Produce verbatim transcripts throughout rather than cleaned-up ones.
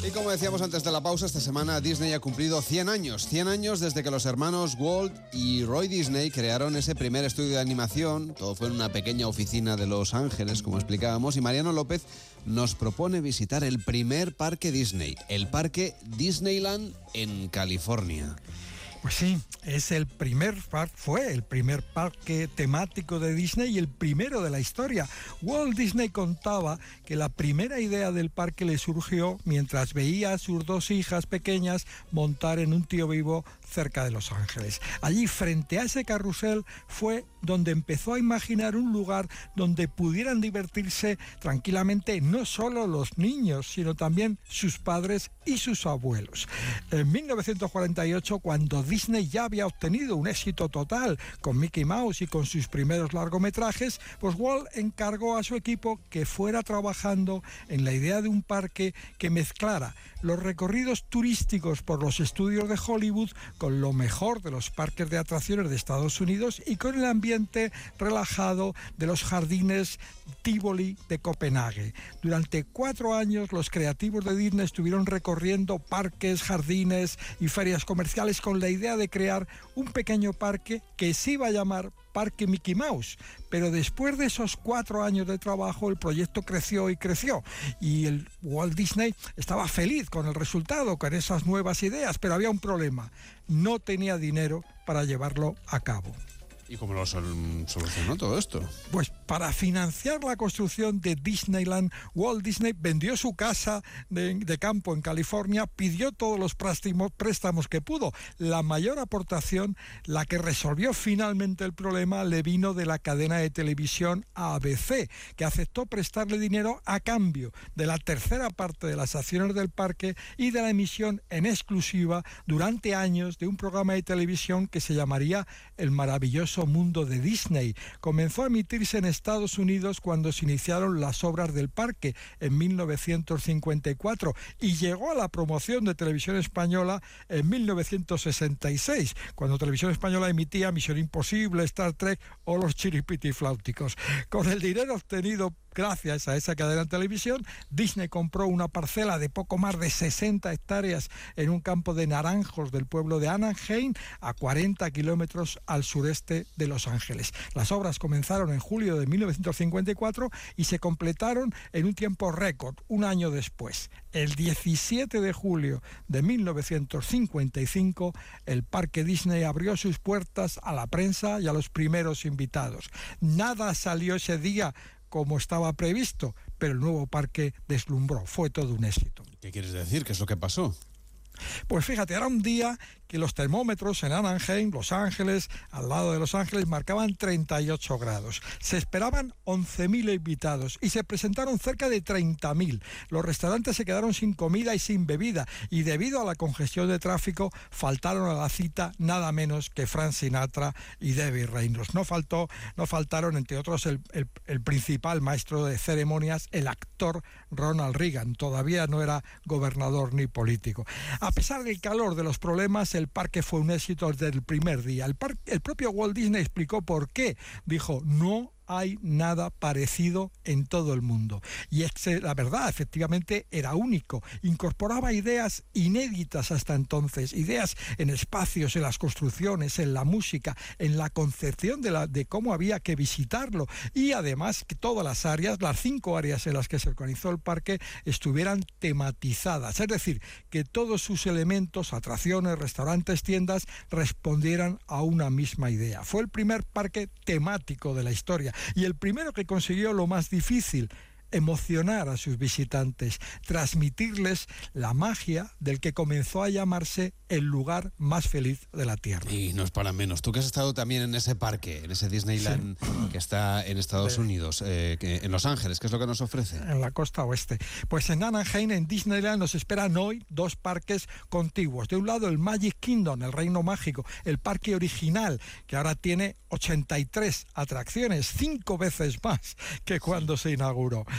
Y como decíamos antes de la pausa, esta semana Disney ha cumplido cien años. cien años desde que los hermanos Walt y Roy Disney crearon ese primer estudio de animación. Todo fue en una pequeña oficina de Los Ángeles, como explicábamos. Y Mariano López nos propone visitar el primer parque Disney, el parque Disneyland en California. Pues sí, es el primer par- fue el primer parque temático de Disney y el primero de la historia. Walt Disney contaba que la primera idea del parque le surgió mientras veía a sus dos hijas pequeñas montar en un tío vivo cerca de Los Ángeles. Allí, frente a ese carrusel, fue donde empezó a imaginar un lugar donde pudieran divertirse tranquilamente no solo los niños, sino también sus padres y sus abuelos. En mil novecientos cuarenta y ocho, cuando Disney ya había obtenido un éxito total con Mickey Mouse y con sus primeros largometrajes, pues Walt encargó a su equipo que fuera trabajando en la idea de un parque que mezclara los recorridos turísticos por los estudios de Hollywood con lo mejor de los parques de atracciones de Estados Unidos y con el ambiente relajado de los jardines Tivoli de Copenhague. Durante cuatro años los creativos de Disney estuvieron recorriendo parques, jardines y ferias comerciales con la idea de crear un pequeño parque que se iba a llamar Parque Mickey Mouse, pero después de esos cuatro años de trabajo el proyecto creció y creció y el Walt Disney estaba feliz con el resultado, con esas nuevas ideas, pero había un problema: no tenía dinero para llevarlo a cabo. ¿Y cómo lo sol- solucionó todo esto? Pues para financiar la construcción de Disneyland, Walt Disney vendió su casa de, de campo en California, pidió todos los préstamos, préstamos que pudo. La mayor aportación, la que resolvió finalmente el problema, le vino de la cadena de televisión A B C, que aceptó prestarle dinero a cambio de la tercera parte de las acciones del parque y de la emisión en exclusiva durante años de un programa de televisión que se llamaría El Maravilloso Mundo de Disney. Comenzó a emitirse en Estados Unidos cuando se iniciaron las obras del parque en mil novecientos cincuenta y cuatro y llegó a la promoción de Televisión Española en mil novecientos sesenta y seis, cuando Televisión Española emitía Misión Imposible, Star Trek o Los Chiripitifláuticos. Con el dinero obtenido gracias a esa cadena de televisión, Disney compró una parcela de poco más de sesenta hectáreas en un campo de naranjos del pueblo de Anaheim, a cuarenta kilómetros al sureste de Los Ángeles. Las obras comenzaron en julio de mil novecientos cincuenta y cuatro y se completaron en un tiempo récord, un año después. El diecisiete de julio de mil novecientos cincuenta y cinco, el parque Disney abrió sus puertas a la prensa y a los primeros invitados. Nada salió ese día como estaba previsto, pero el nuevo parque deslumbró, fue todo un éxito. ¿Qué quieres decir? ¿Qué es lo que pasó? Pues fíjate, era un día que los termómetros en Anaheim, Los Ángeles, al lado de Los Ángeles, marcaban treinta y ocho grados. Se esperaban once mil invitados y se presentaron cerca de treinta mil. Los restaurantes se quedaron sin comida y sin bebida y debido a la congestión de tráfico faltaron a la cita nada menos que Frank Sinatra y Debbie Reynolds. No faltó, no faltaron, entre otros, el, el, el principal maestro de ceremonias, el actor Ronald Reagan. Todavía no era gobernador ni político. A pesar del calor de los problemas, el parque fue un éxito desde el primer día. El, par- el propio Walt Disney explicó por qué. Dijo, no hay nada parecido en todo el mundo. Y es que, la verdad, efectivamente era único. Incorporaba ideas inéditas hasta entonces, ideas en espacios, en las construcciones, en la música, en la concepción de, la, de cómo había que visitarlo. Y además que todas las áreas, las cinco áreas en las que se organizó el parque, estuvieran tematizadas. Es decir, que todos sus elementos, atracciones, restaurantes, tiendas, respondieran a una misma idea. Fue el primer parque temático de la historia. Y el primero que consiguió lo más difícil, emocionar a sus visitantes, transmitirles la magia del que comenzó a llamarse el lugar más feliz de la Tierra. Y no es para menos. Tú que has estado también en ese parque, en ese Disneyland sí. que está en Estados Unidos, eh, que, en Los Ángeles, ¿qué es lo que nos ofrece? En la costa oeste. Pues en Anaheim, en Disneyland, nos esperan hoy dos parques contiguos. De un lado, el Magic Kingdom, el Reino Mágico, el parque original, que ahora tiene ochenta y tres atracciones, cinco veces más que cuando se inauguró.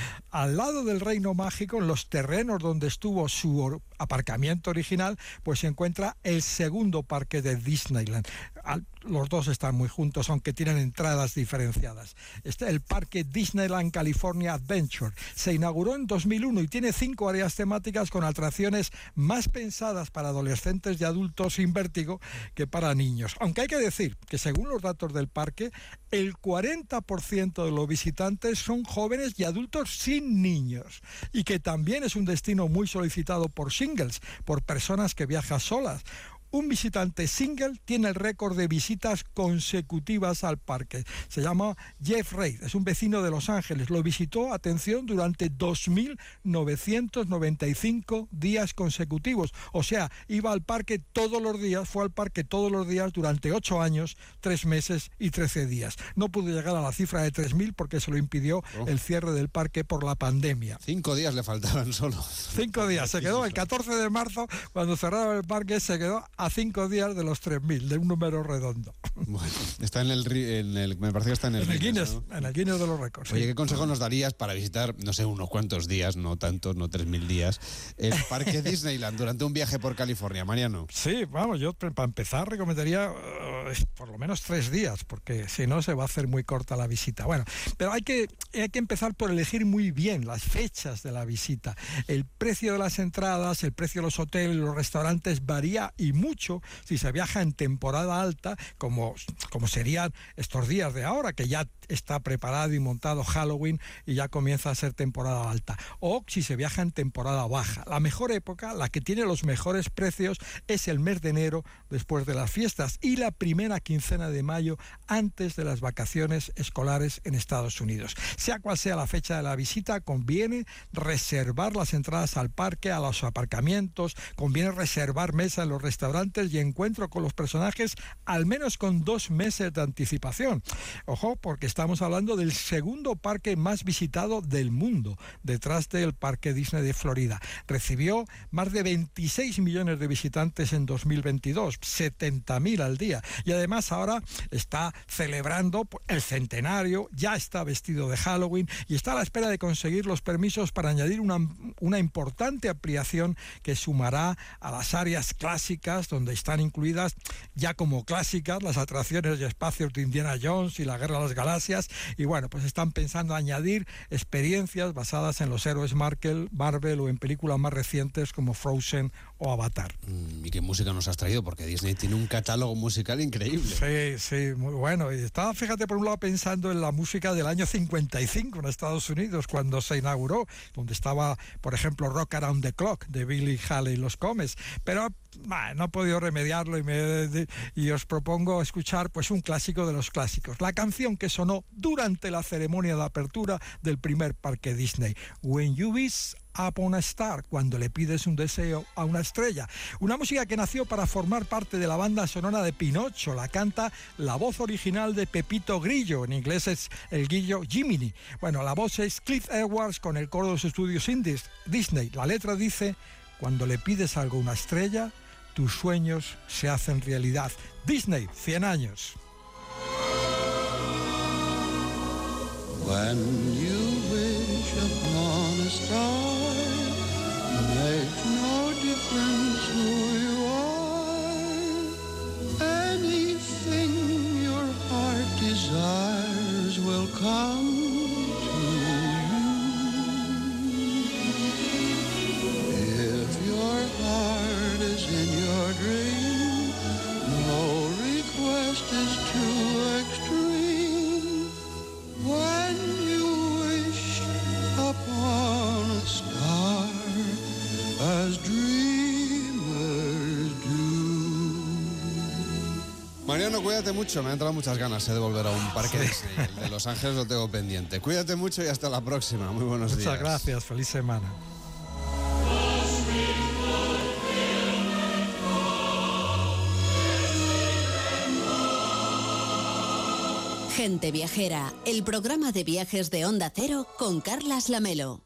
Al lado del Reino Mágico, en los terrenos donde estuvo su aparcamiento original, pues se encuentra el segundo parque de Disneyland. Los dos están muy juntos, aunque tienen entradas diferenciadas. Este es el parque Disneyland California Adventure. Se inauguró en dos mil uno y tiene cinco áreas temáticas con atracciones más pensadas para adolescentes y adultos sin vértigo que para niños. Aunque hay que decir que según los datos del parque, el cuarenta por ciento de los visitantes son jóvenes y adultos sin niños, y que también es un destino muy solicitado por singles, por personas que viajan solas. Un visitante single tiene el récord de visitas consecutivas al parque. Se llama Jeff Reid, es un vecino de Los Ángeles. Lo visitó, atención, durante dos mil novecientos noventa y cinco días consecutivos. O sea, iba al parque todos los días, fue al parque todos los días durante ocho años, tres meses y trece días. No pudo llegar a la cifra de tres mil porque se lo impidió oh. el cierre del parque por la pandemia. Cinco días le faltaban solo. Cinco días. Se quedó el catorce de marzo, cuando cerraron el parque, se quedó a cinco días de los tres mil, de un número redondo. Bueno, está en el, en el me parece que está en el, en el Guinness, Guinness, ¿no? En el Guinness de los récords. Oye, sí. ¿qué consejo nos darías para visitar, no sé, unos cuantos días, no tantos, no tres mil días, el parque Disneyland durante un viaje por California, Mariano? Sí, vamos, yo para empezar recomendaría uh, por lo menos tres días, porque si no se va a hacer muy corta la visita. Bueno, pero hay que, hay que empezar por elegir muy bien las fechas de la visita. El precio de las entradas, el precio de los hoteles, los restaurantes varía y mucho si se viaja en temporada alta, como, como serían estos días de ahora, que ya está preparado y montado Halloween y ya comienza a ser temporada alta, o si se viaja en temporada baja. La mejor época, la que tiene los mejores precios, es el mes de enero, después de las fiestas, y la primera quincena de mayo, antes de las vacaciones escolares en Estados Unidos. Sea cual sea la fecha de la visita, conviene reservar las entradas al parque, a los aparcamientos, conviene reservar mesa en los restaurantes y encuentro con los personajes al menos con dos meses de anticipación. Ojo, porque estamos hablando del segundo parque más visitado del mundo, detrás del Parque Disney de Florida. Recibió más de veintiséis millones de visitantes en dos mil veintidós, setenta mil al día. Y además ahora está celebrando el centenario, ya está vestido de Halloween y está a la espera de conseguir los permisos para añadir una, una importante ampliación que sumará a las áreas clásicas, donde están incluidas ya como clásicas las atracciones y espacios de Indiana Jones y la Guerra de las Galaxias, y bueno, pues están pensando añadir experiencias basadas en los héroes Marvel, Marvel o en películas más recientes como Frozen o Avatar. Mm, ¿Y qué música nos has traído? Porque Disney tiene un catálogo musical increíble. Sí, sí, muy bueno. Y estaba, fíjate, por un lado pensando en la música del año cincuenta y cinco en Estados Unidos, cuando se inauguró, donde estaba, por ejemplo, Rock Around the Clock de Billy Haley y los Comets, pero bah, no he podido remediarlo y, me, y os propongo escuchar pues un clásico de los clásicos, la canción que sonó durante la ceremonia de apertura del primer parque Disney, When You Wish Upon a Star, cuando le pides un deseo a una estrella. Una música que nació para formar parte de la banda sonora de Pinocho. La canta la voz original de Pepito Grillo, en inglés es el Grillo Jiminy. Bueno, la voz es Cliff Edwards con el coro de los estudios indies Disney. La letra dice: cuando le pides algo a una estrella, tus sueños se hacen realidad. Disney, cien años. When you wish upon a star, makes no difference who you are. Anything your heart desires will come to you. If your heart is in your dream, no request is too extreme. When you wish upon a star, as dreamers do. Mariano, cuídate mucho. Me han entrado muchas ganas eh, de volver a un parque sí. Disney. El de Los Ángeles lo tengo pendiente. Cuídate mucho y hasta la próxima. Muy buenos Muchas días. Muchas gracias. Feliz semana. Gente Viajera, el programa de viajes de Onda Cero con Carlas Lamelo.